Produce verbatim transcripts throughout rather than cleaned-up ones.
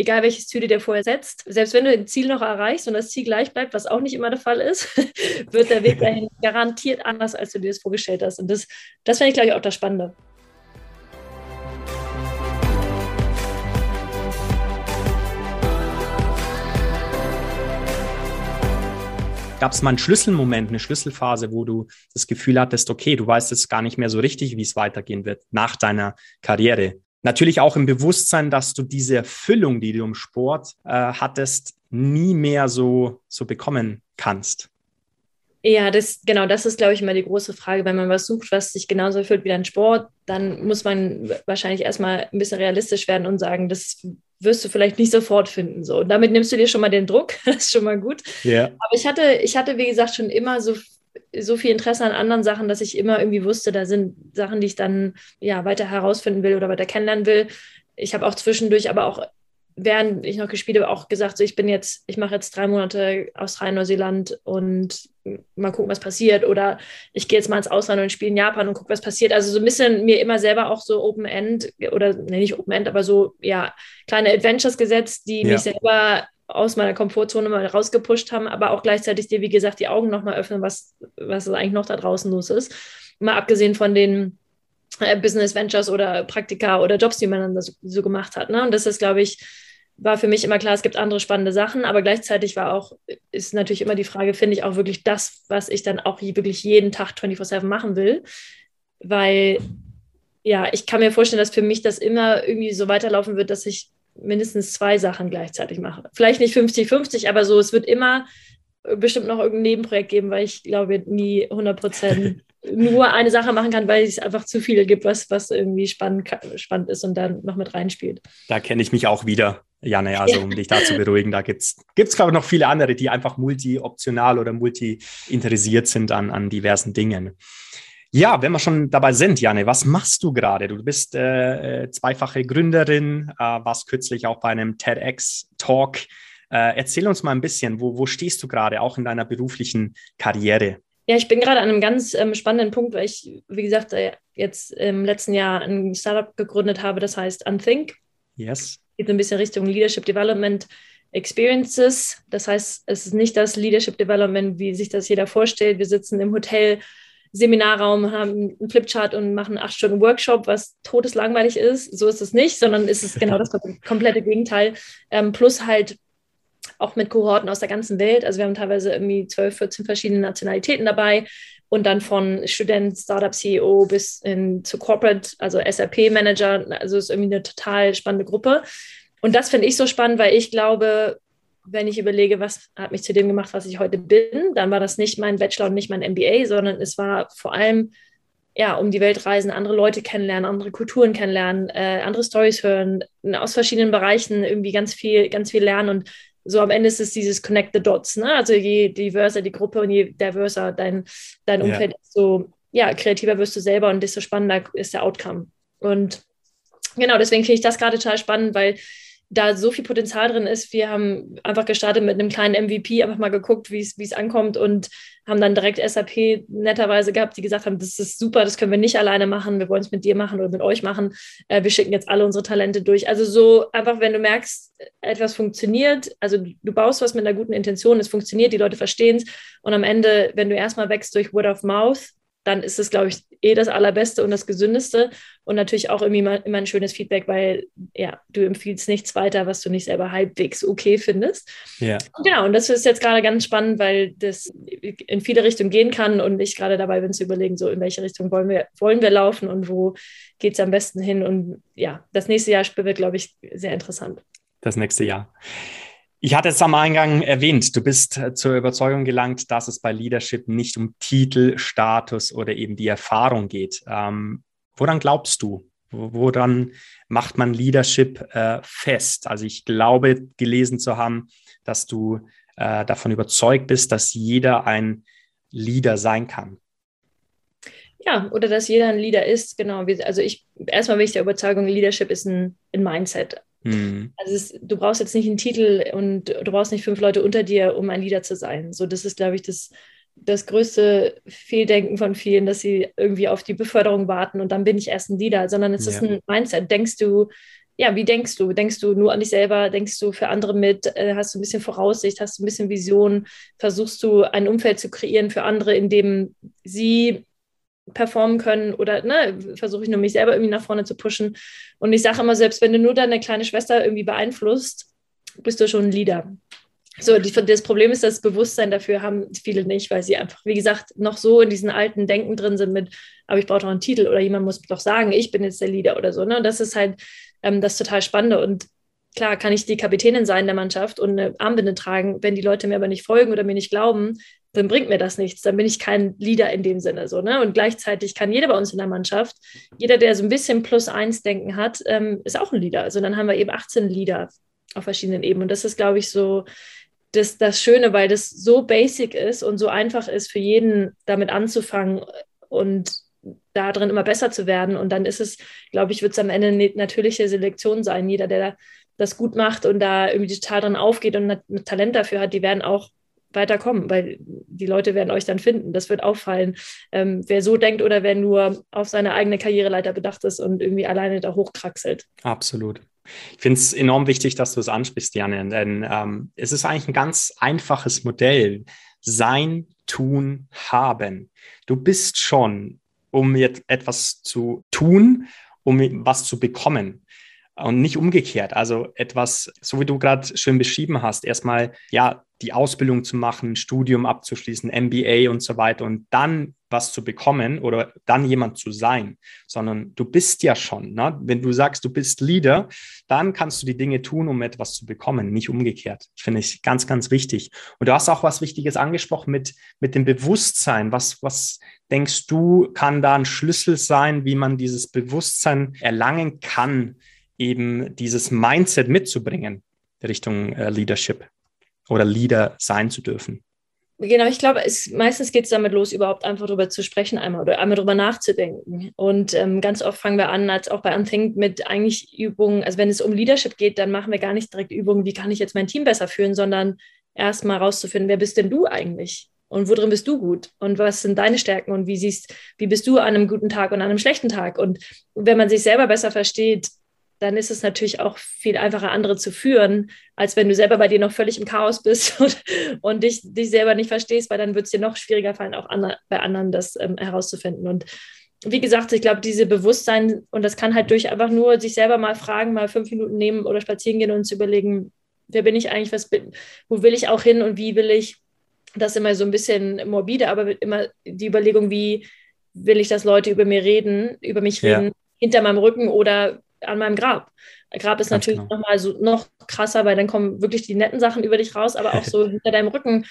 egal welches Ziel du dir vorher setzt, selbst wenn du ein Ziel noch erreichst und das Ziel gleich bleibt, was auch nicht immer der Fall ist, wird der Weg dahin garantiert anders, als du dir das vorgestellt hast. Und das, das finde ich, glaube ich, auch das Spannende. Gab es mal einen Schlüsselmoment, eine Schlüsselphase, wo du das Gefühl hattest, okay, du weißt jetzt gar nicht mehr so richtig, wie es weitergehen wird nach deiner Karriere? Natürlich auch im Bewusstsein, dass du diese Erfüllung, die du im Sport äh, hattest, nie mehr so, so bekommen kannst. Ja, das, genau, das ist, glaube ich, immer die große Frage. Wenn man was sucht, was sich genauso erfüllt wie dein Sport, dann muss man wahrscheinlich erstmal ein bisschen realistisch werden und sagen, das wirst du vielleicht nicht sofort finden. So. Und damit nimmst du dir schon mal den Druck, das ist schon mal gut. Yeah. Aber ich hatte, ich hatte, wie gesagt, schon immer so, so viel Interesse an anderen Sachen, dass ich immer irgendwie wusste, da sind Sachen, die ich dann ja weiter herausfinden will oder weiter kennenlernen will. Ich habe auch zwischendurch, aber auch während ich noch gespielt habe, auch gesagt, so ich bin jetzt, ich mache jetzt drei Monate Australien, Neuseeland und mal gucken, was passiert. Oder ich gehe jetzt mal ins Ausland und spiele in Japan und gucke, was passiert. Also so ein bisschen mir immer selber auch so Open-End oder nee, nicht Open-End, aber so ja kleine Adventures gesetzt, die Ja. mich selber aus meiner Komfortzone mal rausgepusht haben, aber auch gleichzeitig dir, wie gesagt, die Augen nochmal öffnen, was, was eigentlich noch da draußen los ist. Mal abgesehen von den äh, Business Ventures oder Praktika oder Jobs, die man dann so, so gemacht hat. Ne? Und das ist, glaube ich, war für mich immer klar, es gibt andere spannende Sachen, aber gleichzeitig war auch, ist natürlich immer die Frage, finde ich auch wirklich das, was ich dann auch wirklich jeden Tag vierundzwanzig sieben machen will, weil ja, ich kann mir vorstellen, dass für mich das immer irgendwie so weiterlaufen wird, dass ich mindestens zwei Sachen gleichzeitig mache. Vielleicht nicht fünfzig fünfzig, aber so, es wird immer bestimmt noch irgendein Nebenprojekt geben, weil ich glaube, nie hundert Prozent nur eine Sache machen kann, weil es einfach zu viel gibt, was, was irgendwie spannend, spannend ist und dann noch mit reinspielt. Da kenne ich mich auch wieder, Janne, also um dich da zu beruhigen, da gibt es, glaube ich, noch viele andere, die einfach multi-optional oder multi-interessiert sind an, an diversen Dingen. Ja, wenn wir schon dabei sind, Janne, was machst du gerade? Du bist äh, zweifache Gründerin, äh, warst kürzlich auch bei einem TEDx-Talk. Äh, erzähl uns mal ein bisschen, wo, wo stehst du gerade, auch in deiner beruflichen Karriere? Ja, ich bin gerade an einem ganz ähm, spannenden Punkt, weil ich, wie gesagt, äh, jetzt im letzten Jahr ein Startup gegründet habe, das heißt Unthink. Yes. Geht so ein bisschen Richtung Leadership Development Experiences. Das heißt, es ist nicht das Leadership Development, wie sich das jeder vorstellt. Wir sitzen im Hotel, Seminarraum, haben einen Flipchart und machen acht Stunden Workshop, was todeslangweilig ist. So ist es nicht, sondern ist es genau das komplette Gegenteil. Ähm, plus halt auch mit Kohorten aus der ganzen Welt. Also wir haben teilweise irgendwie zwölf, vierzehn verschiedene Nationalitäten dabei und dann von Student, Startup-C E O bis hin zu Corporate, also S A P-Manager. Also es ist irgendwie eine total spannende Gruppe. Und das finde ich so spannend, weil ich glaube, wenn ich überlege, was hat mich zu dem gemacht, was ich heute bin, dann war das nicht mein Bachelor und nicht mein M B A, sondern es war vor allem ja, um die Welt reisen, andere Leute kennenlernen, andere Kulturen kennenlernen, äh, andere Storys hören, aus verschiedenen Bereichen irgendwie ganz viel, ganz viel lernen und so am Ende ist es dieses Connect the Dots, ne? Also je diverser die Gruppe und je diverser dein, dein Umfeld, ja. desto ja, kreativer wirst du selber und desto spannender ist der Outcome. Und genau, deswegen finde ich das gerade total spannend, weil da so viel Potenzial drin ist. Wir haben einfach gestartet mit einem kleinen M V P, einfach mal geguckt, wie es ankommt und haben dann direkt S A P netterweise gehabt, die gesagt haben, das ist super, das können wir nicht alleine machen, wir wollen es mit dir machen oder mit euch machen. Äh, wir schicken jetzt alle unsere Talente durch. Also so einfach, wenn du merkst, etwas funktioniert, also du baust was mit einer guten Intention, es funktioniert, die Leute verstehen es und am Ende, wenn du erstmal wächst durch Word of Mouth, dann ist es, glaube ich, eh das Allerbeste und das Gesündeste und natürlich auch irgendwie mal, immer ein schönes Feedback, weil ja, du empfiehlst nichts weiter, was du nicht selber halbwegs okay findest. Ja. Genau, und das ist jetzt gerade ganz spannend, weil das in viele Richtungen gehen kann und ich gerade dabei bin zu überlegen, so in welche Richtung wollen wir, wollen wir laufen und wo geht es am besten hin und ja, das nächste Jahr wird, glaube ich, sehr interessant. Das nächste Jahr. Ich hatte es am Eingang erwähnt, du bist zur Überzeugung gelangt, dass es bei Leadership nicht um Titel, Status oder eben die Erfahrung geht. Ähm, woran glaubst du? Woran macht man Leadership äh, fest? Also ich glaube, gelesen zu haben, dass du äh, davon überzeugt bist, dass jeder ein Leader sein kann. Ja, oder dass jeder ein Leader ist, genau. Also ich, erstmal bin ich der Überzeugung, Leadership ist ein, ein Mindset. Hm. Also es, du brauchst jetzt nicht einen Titel und du brauchst nicht fünf Leute unter dir, um ein Leader zu sein. So, das ist, glaube ich, das, das größte Fehldenken von vielen, dass sie irgendwie auf die Beförderung warten und dann bin ich erst ein Leader, sondern es ja. ist ein Mindset. Denkst du, ja, wie denkst du? Denkst du nur an dich selber? Denkst du für andere mit? Äh, hast du ein bisschen Voraussicht? Hast du ein bisschen Vision? Versuchst du ein Umfeld zu kreieren für andere, in dem sie performen können oder ne, versuche ich nur mich selber irgendwie nach vorne zu pushen. Und ich sage immer, selbst wenn du nur deine kleine Schwester irgendwie beeinflusst, bist du schon ein Leader. So, die, das Problem ist, das Bewusstsein dafür haben viele nicht, weil sie einfach, wie gesagt, noch so in diesen alten Denken drin sind mit, aber ich brauche doch einen Titel oder jemand muss doch sagen, ich bin jetzt der Leader oder so. Ne? Und das ist halt ähm, das total Spannende. Und klar kann ich die Kapitänin sein der Mannschaft und eine Armbinde tragen, wenn die Leute mir aber nicht folgen oder mir nicht glauben, dann bringt mir das nichts. Dann bin ich kein Leader in dem Sinne. So, ne? Und gleichzeitig kann jeder bei uns in der Mannschaft, jeder, der so ein bisschen Plus-Eins-Denken hat, ähm, ist auch ein Leader. Also dann haben wir eben achtzehn Leader auf verschiedenen Ebenen. Und das ist, glaube ich, so das, das Schöne, weil das so basic ist und so einfach ist für jeden, damit anzufangen und da drin immer besser zu werden. Und dann ist es, glaube ich, wird es am Ende eine natürliche Selektion sein. Jeder, der das gut macht und da irgendwie total drin aufgeht und ein Talent dafür hat, die werden auch weiterkommen, weil die Leute werden euch dann finden. Das wird auffallen, ähm, wer so denkt oder wer nur auf seine eigene Karriereleiter bedacht ist und irgendwie alleine da hochkraxelt. Absolut. Ich finde es enorm wichtig, dass du es ansprichst, Janne, denn ähm, es ist eigentlich ein ganz einfaches Modell. Sein, tun, haben. Du bist schon, um jetzt etwas zu tun, um was zu bekommen. Und nicht umgekehrt. Also etwas, so wie du gerade schön beschrieben hast, erstmal ja die Ausbildung zu machen, Studium abzuschließen, M B A und so weiter und dann was zu bekommen oder dann jemand zu sein, sondern du bist ja schon. Ne? Wenn du sagst, du bist Leader, dann kannst du die Dinge tun, um etwas zu bekommen, nicht umgekehrt. Ich finde ich ganz, ganz wichtig. Und du hast auch was Wichtiges angesprochen mit, mit dem Bewusstsein. Was, was denkst du, kann da ein Schlüssel sein, wie man dieses Bewusstsein erlangen kann, eben dieses Mindset mitzubringen Richtung äh, Leadership oder Leader sein zu dürfen? Genau, ich glaube, es, meistens geht es damit los, überhaupt einfach darüber zu sprechen einmal oder einmal darüber nachzudenken. Und ähm, ganz oft fangen wir an, als auch bei Unthink, mit eigentlich Übungen, also wenn es um Leadership geht, dann machen wir gar nicht direkt Übungen, wie kann ich jetzt mein Team besser führen, sondern erst mal rauszufinden, wer bist denn du eigentlich? Und worin bist du gut? Und was sind deine Stärken? Und wie siehst, wie bist du an einem guten Tag und an einem schlechten Tag? Und wenn man sich selber besser versteht, dann ist es natürlich auch viel einfacher, andere zu führen, als wenn du selber bei dir noch völlig im Chaos bist und, und dich, dich selber nicht verstehst, weil dann wird es dir noch schwieriger fallen, auch andre, bei anderen das ähm, herauszufinden. Und wie gesagt, ich glaube, diese Bewusstsein, und das kann halt durch einfach nur sich selber mal fragen, mal fünf Minuten nehmen oder spazieren gehen und zu überlegen, wer bin ich eigentlich, was bin, wo will ich auch hin und wie will ich, das immer so ein bisschen morbide, aber immer die Überlegung, wie will ich, dass Leute über mir reden, über mich reden, ja, hinter meinem Rücken oder an meinem Grab. Grab ist Ganz natürlich genau. nochmal so noch krasser, weil dann kommen wirklich die netten Sachen über dich raus, aber auch so hinter deinem Rücken,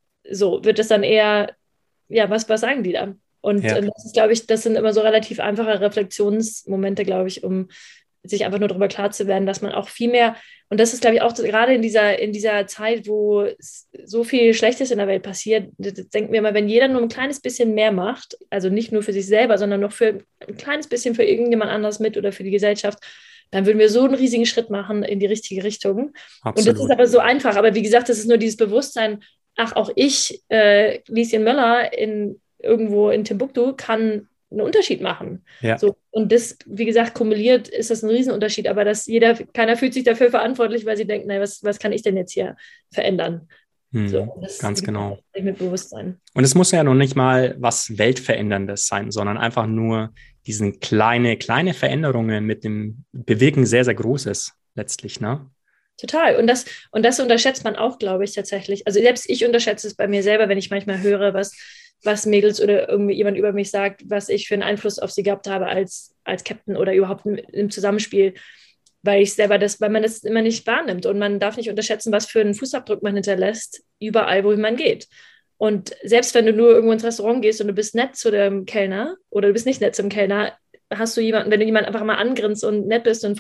so wird es dann eher, ja, was, was sagen die da? Und ja. das ist, glaube ich, das sind immer so relativ einfache Reflexionsmomente, glaube ich, um sich einfach nur darüber klar zu werden, dass man auch viel mehr, und das ist, glaube ich, auch gerade in dieser, in dieser Zeit, wo so viel Schlechtes in der Welt passiert, denken wir mal, wenn jeder nur ein kleines bisschen mehr macht, also nicht nur für sich selber, sondern noch für ein kleines bisschen für irgendjemand anders mit oder für die Gesellschaft, dann würden wir so einen riesigen Schritt machen in die richtige Richtung. Absolut. Und das ist aber so einfach. Aber wie gesagt, das ist nur dieses Bewusstsein, ach, auch ich, äh, Lieschen Möller, in, irgendwo in Timbuktu, kann einen Unterschied machen. Ja. So, und das, wie gesagt, kumuliert ist das ein Riesenunterschied, aber dass jeder, keiner fühlt sich dafür verantwortlich, weil sie denken, naja, was, was kann ich denn jetzt hier verändern? Hm, so, das, ganz genau. Mit Bewusstsein. Und es muss ja noch nicht mal was Weltveränderndes sein, sondern einfach nur diesen kleine, kleine Veränderungen mit dem Bewirken sehr, sehr Großes letztlich, ne? Total. Und das, und das unterschätzt man auch, glaube ich, tatsächlich. Also selbst ich unterschätze es bei mir selber, wenn ich manchmal höre, was was Mädels oder irgendwie jemand über mich sagt, was ich für einen Einfluss auf sie gehabt habe als, als Captain oder überhaupt im Zusammenspiel, weil ich selber das, weil man das immer nicht wahrnimmt und man darf nicht unterschätzen, was für einen Fußabdruck man hinterlässt, überall, wohin man geht. Und selbst wenn du nur irgendwo ins Restaurant gehst und du bist nett zu dem Kellner oder du bist nicht nett zum Kellner, hast du jemanden, wenn du jemanden einfach mal angrinst und nett bist und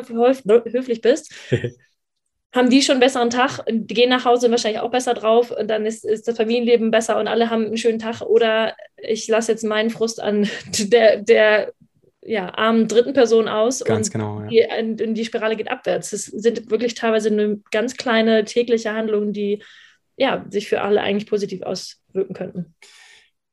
höflich bist, haben die schon einen besseren Tag und gehen nach Hause wahrscheinlich auch besser drauf und dann ist, ist das Familienleben besser und alle haben einen schönen Tag oder ich lasse jetzt meinen Frust an der, der ja, armen dritten Person aus. Ganz und genau, ja. die, und die Spirale geht abwärts. Das sind wirklich teilweise nur ganz kleine tägliche Handlungen, die ja, sich für alle eigentlich positiv auswirken könnten.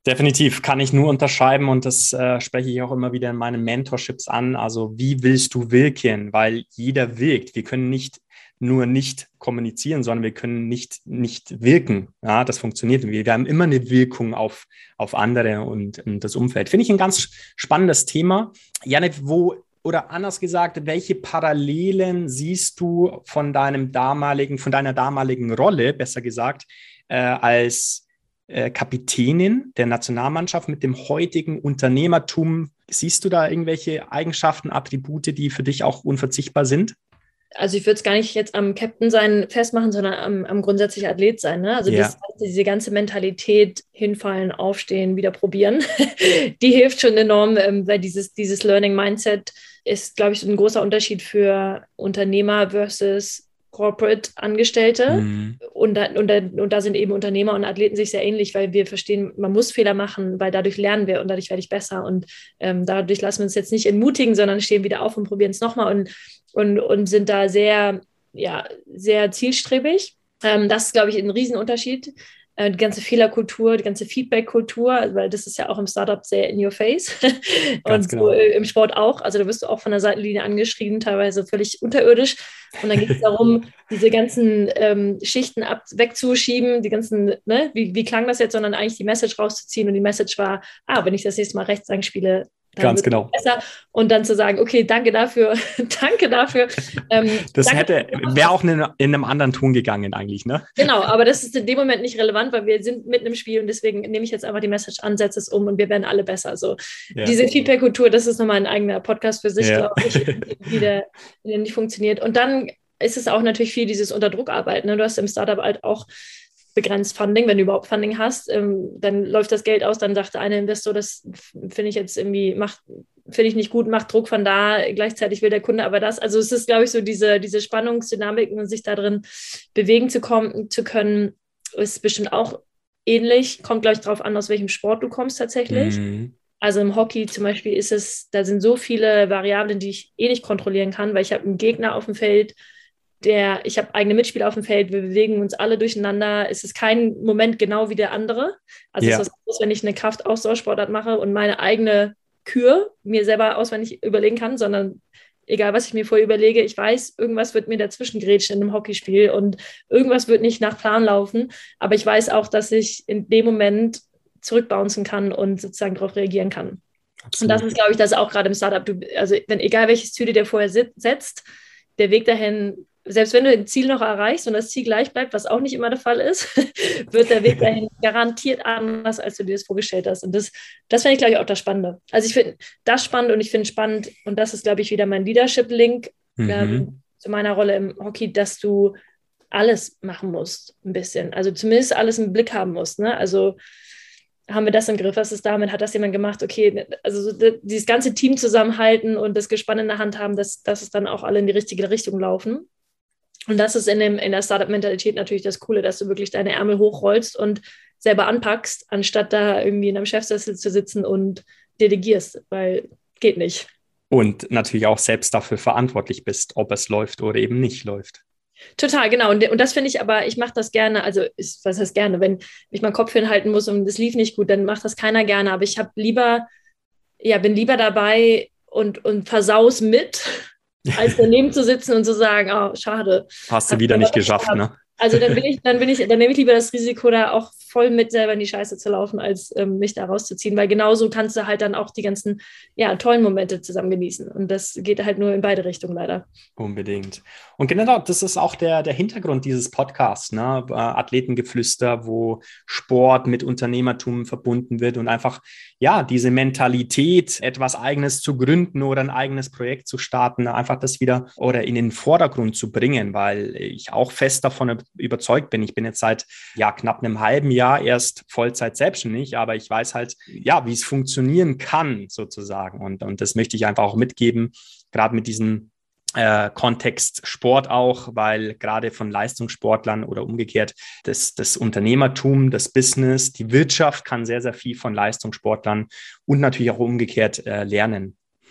Definitiv, kann ich nur unterschreiben und das äh, spreche ich auch immer wieder in meinen Mentorships an. Also wie willst du wirken? Weil jeder wirkt. Wir können nicht nur nicht kommunizieren, sondern wir können nicht, nicht wirken. Ja, das funktioniert. Wir, wir haben immer eine Wirkung auf, auf andere und, und das Umfeld. Finde ich ein ganz spannendes Thema. Janet, wo oder anders gesagt, welche Parallelen siehst du von deinem damaligen, von deiner damaligen Rolle, besser gesagt, äh, als äh, Kapitänin der Nationalmannschaft mit dem heutigen Unternehmertum? Siehst du da irgendwelche Eigenschaften, Attribute, die für dich auch unverzichtbar sind? Also ich würde es gar nicht jetzt am Captain sein festmachen, sondern am, am grundsätzlich Athlet sein. Ne? Also Ja. das, diese ganze Mentalität, hinfallen, aufstehen, wieder probieren, die hilft schon enorm, ähm, weil dieses, dieses Learning Mindset ist, glaube ich, so ein großer Unterschied für Unternehmer versus Corporate Angestellte. Mhm. Und da, und, da, und da sind eben Unternehmer und Athleten sich sehr ähnlich, weil wir verstehen, man muss Fehler machen, weil dadurch lernen wir und dadurch werde ich besser. Und ähm, dadurch lassen wir uns jetzt nicht entmutigen, sondern stehen wieder auf und probieren es nochmal und, und, und sind da sehr, ja, sehr zielstrebig. Ähm, das ist, glaube ich, ein Riesenunterschied. Äh, die ganze Fehlerkultur, die ganze Feedback-Kultur, weil das ist ja auch im Startup sehr in your face. Ganz Und genau. so äh, im Sport auch. Also da wirst du auch von der Seitenlinie angeschrien, teilweise völlig unterirdisch. Und dann geht es darum, diese ganzen ähm, Schichten ab, wegzuschieben, die ganzen, ne, wie, wie klang das jetzt, sondern eigentlich die Message rauszuziehen. Und die Message war, ah, wenn ich das nächste Mal rechts anspiele, dann Ganz wird es genau. besser. Und dann zu sagen, okay, danke dafür, danke dafür. Ähm, Das danke hätte, wäre auch in, in einem anderen Ton gegangen eigentlich, ne? Genau, aber das ist in dem Moment nicht relevant, weil wir sind mitten im Spiel und deswegen nehme ich jetzt einfach die Message an, setze es um und wir werden alle besser. So, Ja. diese Feedback-Kultur, das ist nochmal ein eigener Podcast für sich, Ja. glaube ich, wie der, wie der nicht funktioniert. Und dann ist es auch natürlich viel dieses Unterdruckarbeiten. Ne? Du hast im Startup halt auch begrenzt Funding, wenn du überhaupt Funding hast, ähm, dann läuft das Geld aus, dann sagt der eine Investor, das finde ich jetzt irgendwie, macht, finde ich nicht gut, macht Druck von da, gleichzeitig will der Kunde aber das. Also es ist, glaube ich, so diese, diese Spannungsdynamiken und sich da drin bewegen zu, kommen, zu können, ist bestimmt auch ähnlich. Kommt, glaube ich, darauf an, aus welchem Sport du kommst tatsächlich. Mhm. Also im Hockey zum Beispiel ist es, da sind so viele Variablen, die ich eh nicht kontrollieren kann, weil ich habe einen Gegner auf dem Feld, der, ich habe eigene Mitspieler auf dem Feld, wir bewegen uns alle durcheinander. Es ist kein Moment genau wie der andere. Also Ja. es ist was anderes, wenn ich eine Kraftausdauersportart mache und meine eigene Kür mir selber auswendig überlegen kann, sondern egal, was ich mir vorher überlege, ich weiß, irgendwas wird mir dazwischen grätschen in einem Hockeyspiel und irgendwas wird nicht nach Plan laufen. Aber ich weiß auch, dass ich in dem Moment zurückbouncen kann und sozusagen darauf reagieren kann. Absolut. Und das ist, glaube ich, das auch gerade im Startup. Du, also wenn egal welches Ziel du dir vorher setzt, der Weg dahin, selbst wenn du das Ziel noch erreichst und das Ziel gleich bleibt, was auch nicht immer der Fall ist, wird der Weg dahin garantiert anders, als du dir das vorgestellt hast. Und das, das finde ich, glaube ich, auch das Spannende. Also ich finde das spannend und ich finde spannend, und das ist, glaube ich, wieder mein Leadership-Link Mhm. ähm, zu meiner Rolle im Hockey, dass du alles machen musst, ein bisschen. Also zumindest alles im Blick haben musst. Ne? Also haben wir das im Griff, was ist damit, hat das jemand gemacht, okay, also so dieses ganze Team zusammenhalten und das Gespann in der Hand haben, dass, dass es dann auch alle in die richtige Richtung laufen. Und das ist in, dem, in der Startup-Mentalität natürlich das Coole, dass du wirklich deine Ärmel hochrollst und selber anpackst, anstatt da irgendwie in einem Chefsessel zu sitzen und delegierst, weil geht nicht. Und natürlich auch selbst dafür verantwortlich bist, ob es läuft oder eben nicht läuft. Total, genau. Und, und das finde ich aber, ich mache das gerne, also ist, was heißt gerne, wenn ich meinen Kopf hinhalten muss und es lief nicht gut, dann macht das keiner gerne. Aber ich habe lieber, ja, bin lieber dabei und, und versaus mit, als daneben zu sitzen und zu sagen, oh, schade. Hast du wieder nicht geschafft, ne? Also dann will ich, dann bin ich, dann nehme ich lieber das Risiko, da auch voll mit selber in die Scheiße zu laufen, als ähm, mich da rauszuziehen, weil genauso kannst du halt dann auch die ganzen, ja, tollen Momente zusammen genießen. Und das geht halt nur in beide Richtungen leider. Unbedingt. Und genau, das ist auch der, der Hintergrund dieses Podcasts, ne? Athletengeflüster, wo Sport mit Unternehmertum verbunden wird und einfach, ja, diese Mentalität, etwas Eigenes zu gründen oder ein eigenes Projekt zu starten, einfach das wieder oder in den Vordergrund zu bringen, weil ich auch fest davon überzeugt bin. Ich bin jetzt seit ja, knapp einem halben Jahr erst Vollzeit selbstständig, aber ich weiß halt, ja, wie es funktionieren kann sozusagen. Und, und das möchte ich einfach auch mitgeben, gerade mit diesem äh, Kontext Sport auch, weil gerade von Leistungssportlern oder umgekehrt das, das Unternehmertum, das Business, die Wirtschaft kann sehr, sehr viel von Leistungssportlern und natürlich auch umgekehrt äh, lernen.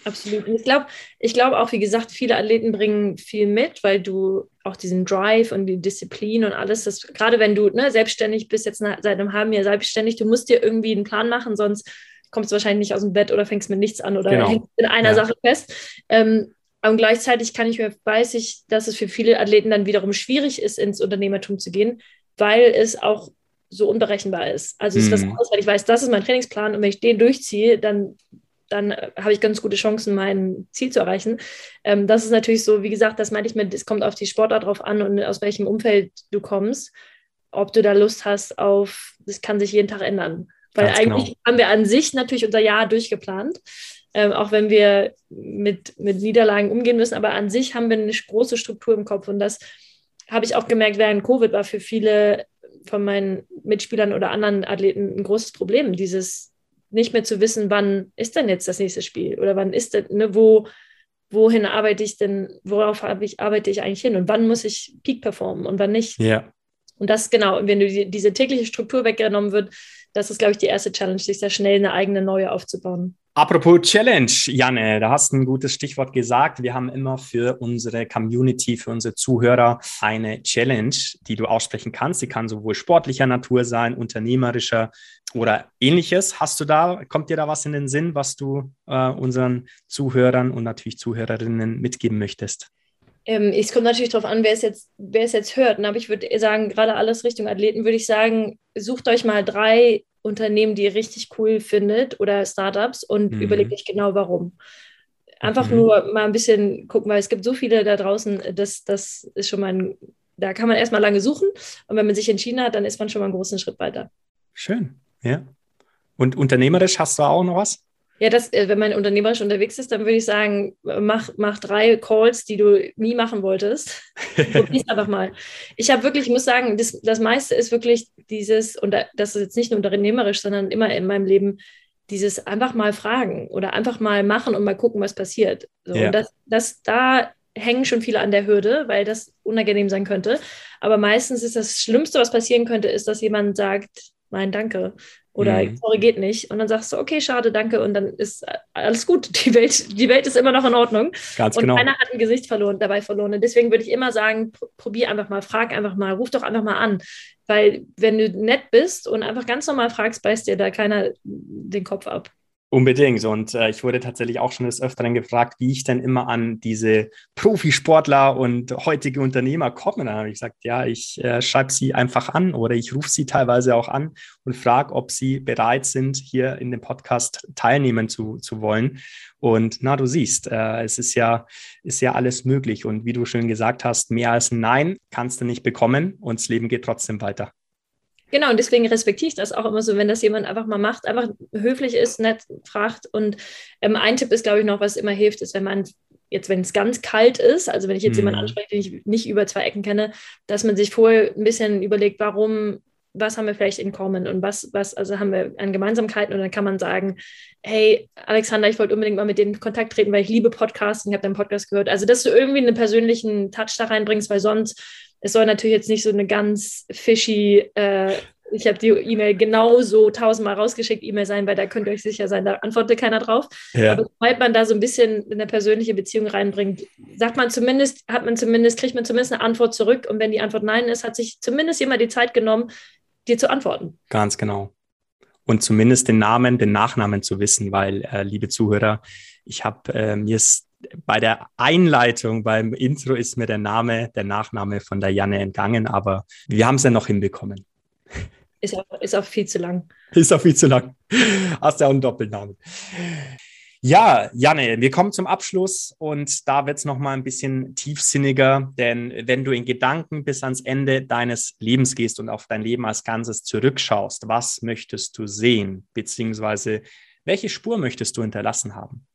Absolut. Und ich glaube, ich glaube auch, wie gesagt, viele Athleten bringen viel mit, weil du auch diesen Drive und die Disziplin und alles, das, gerade wenn du ne, selbstständig bist, jetzt seit einem halben Jahr selbstständig, du musst dir irgendwie einen Plan machen, sonst kommst du wahrscheinlich nicht aus dem Bett oder fängst mit nichts an oder Genau. hängst in einer ja. Sache fest. Ähm, und gleichzeitig kann ich mir, weiß ich, dass es für viele Athleten dann wiederum schwierig ist, ins Unternehmertum zu gehen, weil es auch so unberechenbar ist. Also es ist was anderes, weil ich weiß, das ist mein Trainingsplan und wenn ich den durchziehe, dann dann habe ich ganz gute Chancen, mein Ziel zu erreichen. Ähm, das ist natürlich so, wie gesagt, das meinte ich mit, es kommt auf die Sportart drauf an und aus welchem Umfeld du kommst, ob du da Lust hast auf, das kann sich jeden Tag ändern. Weil ganz eigentlich genau. haben wir an sich natürlich unser Jahr durchgeplant, ähm, auch wenn wir mit, mit Niederlagen umgehen müssen, aber an sich haben wir eine große Struktur im Kopf und das habe ich auch gemerkt, während Covid war für viele von meinen Mitspielern oder anderen Athleten ein großes Problem, dieses nicht mehr zu wissen, wann ist denn jetzt das nächste Spiel oder wann ist denn, ne, wo, wohin arbeite ich denn, worauf ich, arbeite ich eigentlich hin und wann muss ich Peak performen und wann nicht. Ja. Und das genau, wenn du die, diese tägliche Struktur weggenommen wird, das ist, glaube ich, die erste Challenge, sich da schnell eine eigene neue aufzubauen. Apropos Challenge, Janne, da hast du ein gutes Stichwort gesagt. Wir haben immer für unsere Community, für unsere Zuhörer eine Challenge, die du aussprechen kannst. Die kann sowohl sportlicher Natur sein, unternehmerischer oder ähnliches. Hast du da, kommt dir da was in den Sinn, was du äh, unseren Zuhörern und natürlich Zuhörerinnen mitgeben möchtest? Ähm, es kommt natürlich darauf an, wer es jetzt, wer es jetzt hört. Ne? Aber ich würde sagen, gerade alles Richtung Athleten, würde ich sagen, sucht euch mal drei Unternehmen, die ihr richtig cool findet oder Startups und mhm. überlegt euch genau, warum. Einfach mhm. nur mal ein bisschen gucken, weil es gibt so viele da draußen, das, das ist schon mal ein, da kann man erstmal lange suchen und wenn man sich entschieden hat, dann ist man schon mal einen großen Schritt weiter. Schön, ja. Und unternehmerisch hast du auch noch was? Ja, das, wenn man unternehmerisch unterwegs ist, dann würde ich sagen, mach, mach drei Calls, die du nie machen wolltest. Probier's einfach mal. Ich habe wirklich, ich muss sagen, das, das meiste ist wirklich dieses, und das ist jetzt nicht nur unternehmerisch, sondern immer in meinem Leben, dieses einfach mal fragen oder einfach mal machen und mal gucken, was passiert. So, ja. Und das, das, da hängen schon viele an der Hürde, weil das unangenehm sein könnte. Aber meistens ist das Schlimmste, was passieren könnte, ist, dass jemand sagt, nein, danke. Oder mhm. sorry, geht nicht. Und dann sagst du, okay, schade, danke. Und dann ist alles gut. Die Welt, die Welt ist immer noch in Ordnung. Ganz und genau. keiner hat ein Gesicht verloren, dabei verloren. Und deswegen würde ich immer sagen, probier einfach mal, frag einfach mal, ruf doch einfach mal an. Weil wenn du nett bist und einfach ganz normal fragst, beißt dir da keiner den Kopf ab. Unbedingt. Und äh, ich wurde tatsächlich auch schon des Öfteren gefragt, wie ich denn immer an diese Profisportler und heutige Unternehmer komme. Dann habe ich gesagt, ja, ich äh, schreibe sie einfach an oder ich rufe sie teilweise auch an und frage, ob sie bereit sind, hier in dem Podcast teilnehmen zu, zu wollen. Und na, du siehst, äh, es ist ja, ist ja alles möglich. Und wie du schön gesagt hast, mehr als ein Nein kannst du nicht bekommen und das Leben geht trotzdem weiter. Genau, und deswegen respektiere ich das auch immer so, wenn das jemand einfach mal macht, einfach höflich ist, nett fragt. Und ähm, ein Tipp ist, glaube ich, noch, was immer hilft, ist, wenn man jetzt, wenn es ganz kalt ist, also wenn ich jetzt mm. jemanden anspreche, den ich nicht über zwei Ecken kenne, dass man sich vorher ein bisschen überlegt, warum, was haben wir vielleicht in common und was, was, also haben wir an Gemeinsamkeiten und dann kann man sagen, hey, Alexander, ich wollte unbedingt mal mit denen in Kontakt treten, weil ich liebe Podcasts und ich habe deinen Podcast gehört. Also, dass du irgendwie einen persönlichen Touch da reinbringst, weil sonst es soll natürlich jetzt nicht so eine ganz fishy, äh, ich habe die E-Mail genauso tausendmal rausgeschickt, E-Mail sein, weil da könnt ihr euch sicher sein, da antwortet keiner drauf. Ja. Aber sobald man da so ein bisschen eine persönliche Beziehung reinbringt, sagt man zumindest, hat man zumindest, kriegt man zumindest eine Antwort zurück. Und wenn die Antwort nein ist, hat sich zumindest jemand die Zeit genommen, dir zu antworten. Ganz genau. Und zumindest den Namen, den Nachnamen zu wissen, weil, äh, liebe Zuhörer, ich habe äh, mir ist bei der Einleitung, beim Intro ist mir der Name, der Nachname von der Janne entgangen, aber wir haben es ja noch hinbekommen. Ist auch, ist auch viel zu lang. Ist auch viel zu lang. Hast ja auch einen Doppelnamen. Ja, Janne, wir kommen zum Abschluss und da wird es nochmal ein bisschen tiefsinniger, denn wenn du in Gedanken bis ans Ende deines Lebens gehst und auf dein Leben als Ganzes zurückschaust, was möchtest du sehen, beziehungsweise welche Spur möchtest du hinterlassen haben?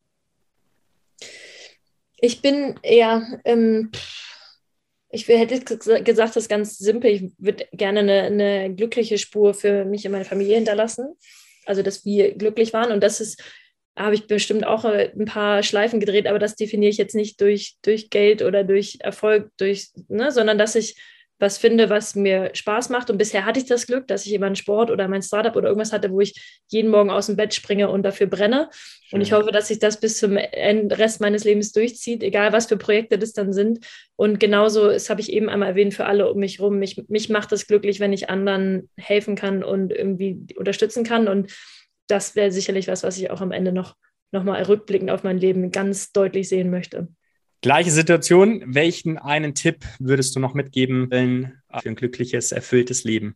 Ich bin eher, ähm, ich hätte gesagt, das ist ganz simpel. Ich würde gerne eine, eine glückliche Spur für mich und meine Familie hinterlassen. Also, dass wir glücklich waren. Und das ist, habe ich bestimmt auch ein paar Schleifen gedreht, aber das definiere ich jetzt nicht durch, durch Geld oder durch Erfolg, durch, ne, sondern dass ich was finde, was mir Spaß macht. Und bisher hatte ich das Glück, dass ich immer einen Sport oder mein Startup oder irgendwas hatte, wo ich jeden Morgen aus dem Bett springe und dafür brenne. Schön. Und ich hoffe, dass sich das bis zum Rest meines Lebens durchzieht, egal was für Projekte das dann sind. Und genauso, das habe ich eben einmal erwähnt, für alle um mich rum. Mich, mich macht es glücklich, wenn ich anderen helfen kann und irgendwie unterstützen kann. Und das wäre sicherlich was, was ich auch am Ende noch, noch mal rückblickend auf mein Leben ganz deutlich sehen möchte. Gleiche Situation. Welchen einen Tipp würdest du noch mitgeben für ein glückliches, erfülltes Leben?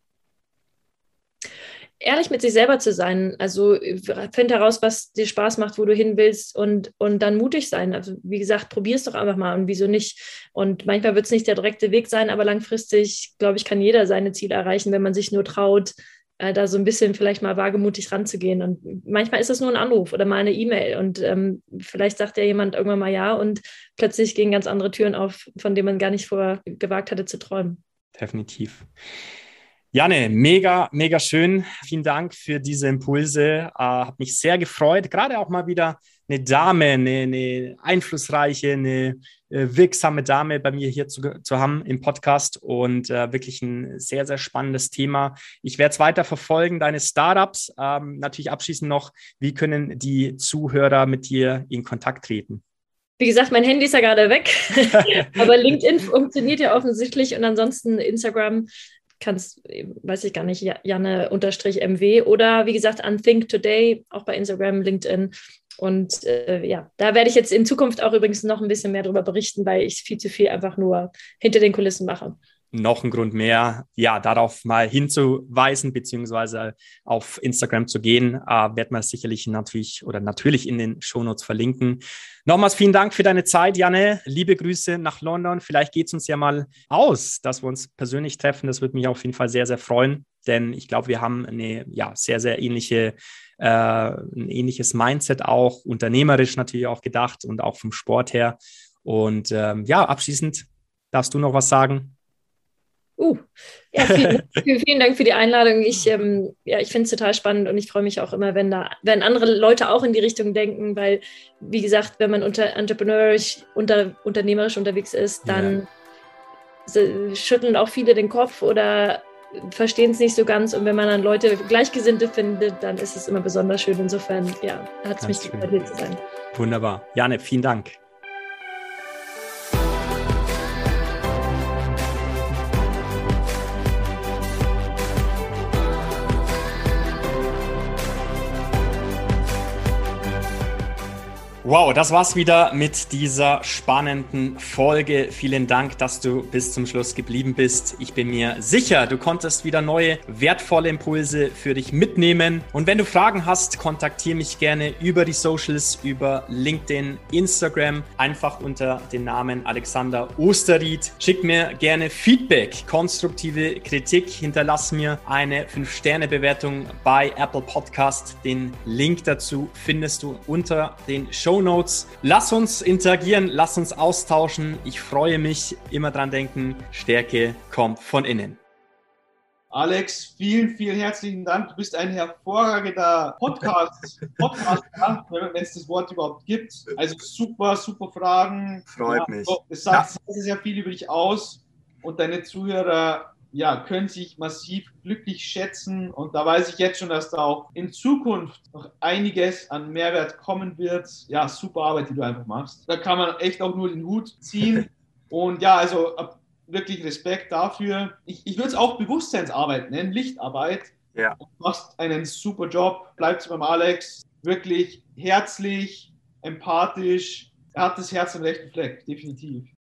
Ehrlich mit sich selber zu sein. Also find heraus, was dir Spaß macht, wo du hin willst und, und dann mutig sein. Also wie gesagt, probier es doch einfach mal und wieso nicht. Und manchmal wird es nicht der direkte Weg sein, aber langfristig, glaube ich, kann jeder seine Ziele erreichen, wenn man sich nur traut, da so ein bisschen vielleicht mal wagemutig ranzugehen. Und manchmal ist es nur ein Anruf oder mal eine E-Mail und ähm, vielleicht sagt ja jemand irgendwann mal ja und plötzlich gehen ganz andere Türen auf, von denen man gar nicht vorher gewagt hatte zu träumen. Definitiv. Janne, mega, mega schön. Vielen Dank für diese Impulse. Äh, hat mich sehr gefreut, gerade auch mal wieder eine Dame, eine, eine einflussreiche, eine äh, wirksame Dame bei mir hier zu, zu haben im Podcast und äh, wirklich ein sehr, sehr spannendes Thema. Ich werde es weiter verfolgen, deine Startups. Ähm, natürlich abschließend noch, wie können die Zuhörer mit dir in Kontakt treten? Wie gesagt, mein Handy ist ja gerade weg, aber LinkedIn funktioniert ja offensichtlich und ansonsten Instagram kannst, weiß ich gar nicht, Janne-M W oder wie gesagt an Think Today, auch bei Instagram, LinkedIn. Und äh, ja, da werde ich jetzt in Zukunft auch übrigens noch ein bisschen mehr darüber berichten, weil ich viel zu viel einfach nur hinter den Kulissen mache. Noch ein Grund mehr, ja, darauf mal hinzuweisen, beziehungsweise auf Instagram zu gehen, äh, werden wir sicherlich natürlich oder natürlich in den Shownotes verlinken. Nochmals vielen Dank für deine Zeit, Janne. Liebe Grüße nach London. Vielleicht geht es uns ja mal aus, dass wir uns persönlich treffen. Das würde mich auf jeden Fall sehr, sehr freuen, denn ich glaube, wir haben eine ja, sehr, sehr ähnliche, äh, ein ähnliches Mindset auch, unternehmerisch natürlich auch gedacht und auch vom Sport her. Und ähm, ja, abschließend darfst du noch was sagen? Uh, ja, vielen, vielen Dank für die Einladung. Ich, ähm, ja, ich finde es total spannend und ich freue mich auch immer, wenn da, wenn andere Leute auch in die Richtung denken, weil, wie gesagt, wenn man unter entrepreneurisch, unter, unternehmerisch unterwegs ist, dann ja. schütteln auch viele den Kopf oder verstehen es nicht so ganz. Und wenn man dann Leute Gleichgesinnte findet, dann ist es immer besonders schön. Insofern, ja, hat es mich gefreut, hier zu sein. Wunderbar. Janne, vielen Dank. Wow, das war's wieder mit dieser spannenden Folge. Vielen Dank, dass du bis zum Schluss geblieben bist. Ich bin mir sicher, du konntest wieder neue, wertvolle Impulse für dich mitnehmen. Und wenn du Fragen hast, kontaktiere mich gerne über die Socials, über LinkedIn, Instagram, einfach unter dem Namen Alexander Osterried. Schick mir gerne Feedback, konstruktive Kritik, hinterlass mir eine fünf Sterne Bewertung bei Apple Podcast. Den Link dazu findest du unter den Shownotes. Lass uns interagieren, lass uns austauschen. Ich freue mich. Immer dran denken, Stärke kommt von innen. Alex, vielen, vielen herzlichen Dank. Du bist ein hervorragender Podcast, Podcaster, wenn es das Wort überhaupt gibt. Also super, super Fragen. Freut ja, mich. Es sagt ja. sehr viel über dich aus und deine Zuhörer ja, können sich massiv glücklich schätzen und da weiß ich jetzt schon, dass da auch in Zukunft noch einiges an Mehrwert kommen wird. Ja, super Arbeit, die du einfach machst. Da kann man echt auch nur den Hut ziehen und ja, also wirklich Respekt dafür. Ich, ich würde es auch Bewusstseinsarbeit nennen, Lichtarbeit. Ja. Du machst einen super Job, bleibst beim Alex, wirklich herzlich, empathisch. Er hat das Herz am rechten Fleck, definitiv.